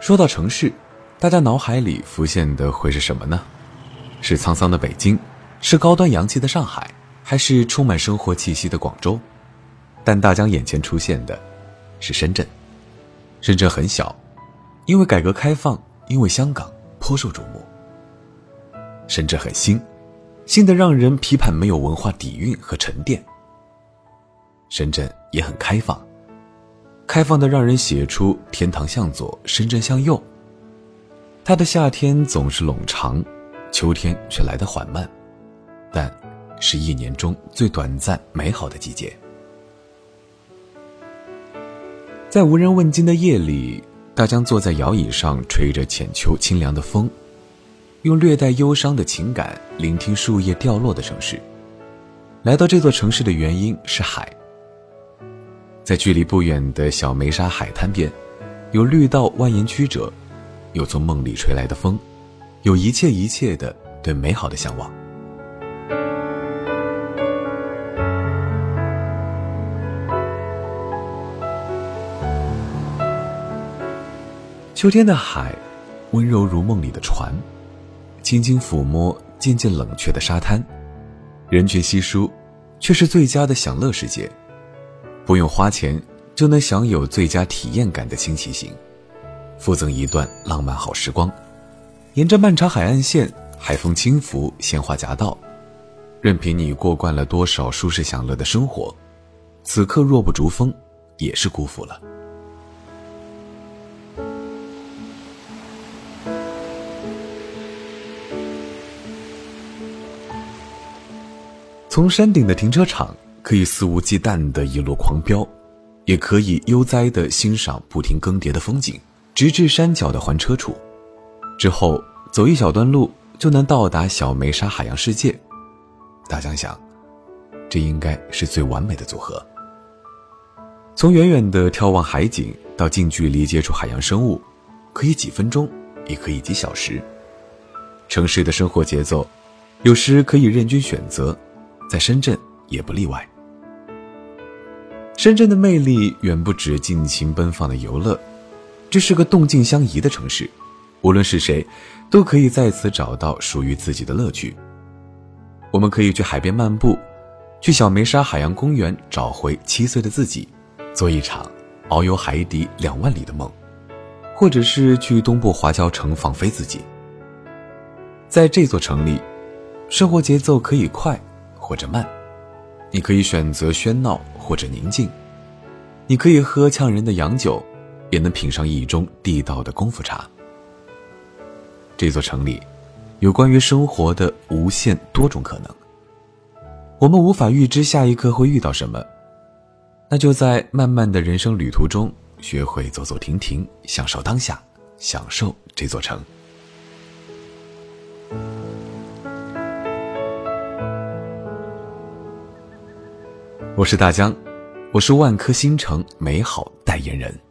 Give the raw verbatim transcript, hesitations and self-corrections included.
说到城市，大家脑海里浮现的会是什么呢？是沧桑的北京，是高端洋气的上海，还是充满生活气息的广州？但大江眼前出现的是深圳。深圳很小，因为改革开放，因为香港颇受瞩目。深圳很新，新的让人批判没有文化底蕴和沉淀。深圳也很开放，开放的让人写出天堂向左，深圳向右。它的夏天总是冗长，秋天却来得缓慢，但是一年中最短暂美好的季节。在无人问津的夜里，大江坐在摇椅上，吹着浅秋清凉的风，用略带忧伤的情感聆听树叶掉落的城市。来到这座城市的原因是海。在距离不远的小梅沙海滩边，有绿道蜿蜒曲折，有从梦里吹来的风，有一切一切的对美好的向往。秋天的海，温柔如梦里的船，轻轻抚摸渐渐冷却的沙滩，人群稀疏，却是最佳的享乐时节。不用花钱就能享有最佳体验感的轻骑行，附赠一段浪漫好时光。沿着漫长海岸线，海风轻拂，鲜花夹道，任凭你过惯了多少舒适享乐的生活，此刻若不逐风，也是辜负了。从山顶的停车场可以肆无忌惮地一路狂飙，也可以悠哉地欣赏不停更迭的风景，直至山脚的还车处。之后走一小段路就能到达小梅沙海洋世界。大江想，这应该是最完美的组合。从远远地眺望海景到近距离接触海洋生物，可以几分钟，也可以几小时。城市的生活节奏有时可以任君选择，在深圳也不例外。深圳的魅力远不止尽情奔放的游乐，这是个动静相宜的城市，无论是谁都可以在此找到属于自己的乐趣。我们可以去海边漫步，去小梅沙海洋公园找回七岁的自己，做一场遨游海底两万里的梦，或者是去东部华侨城放飞自己。在这座城里，生活节奏可以快或者慢，你可以选择喧闹或者宁静，你可以喝呛人的洋酒，也能品上一盅地道的功夫茶。这座城里有关于生活的无限多种可能，我们无法预知下一刻会遇到什么，那就在漫漫的人生旅途中学会走走停停，享受当下，享受这座城。我是大江，我是万科新城美好代言人。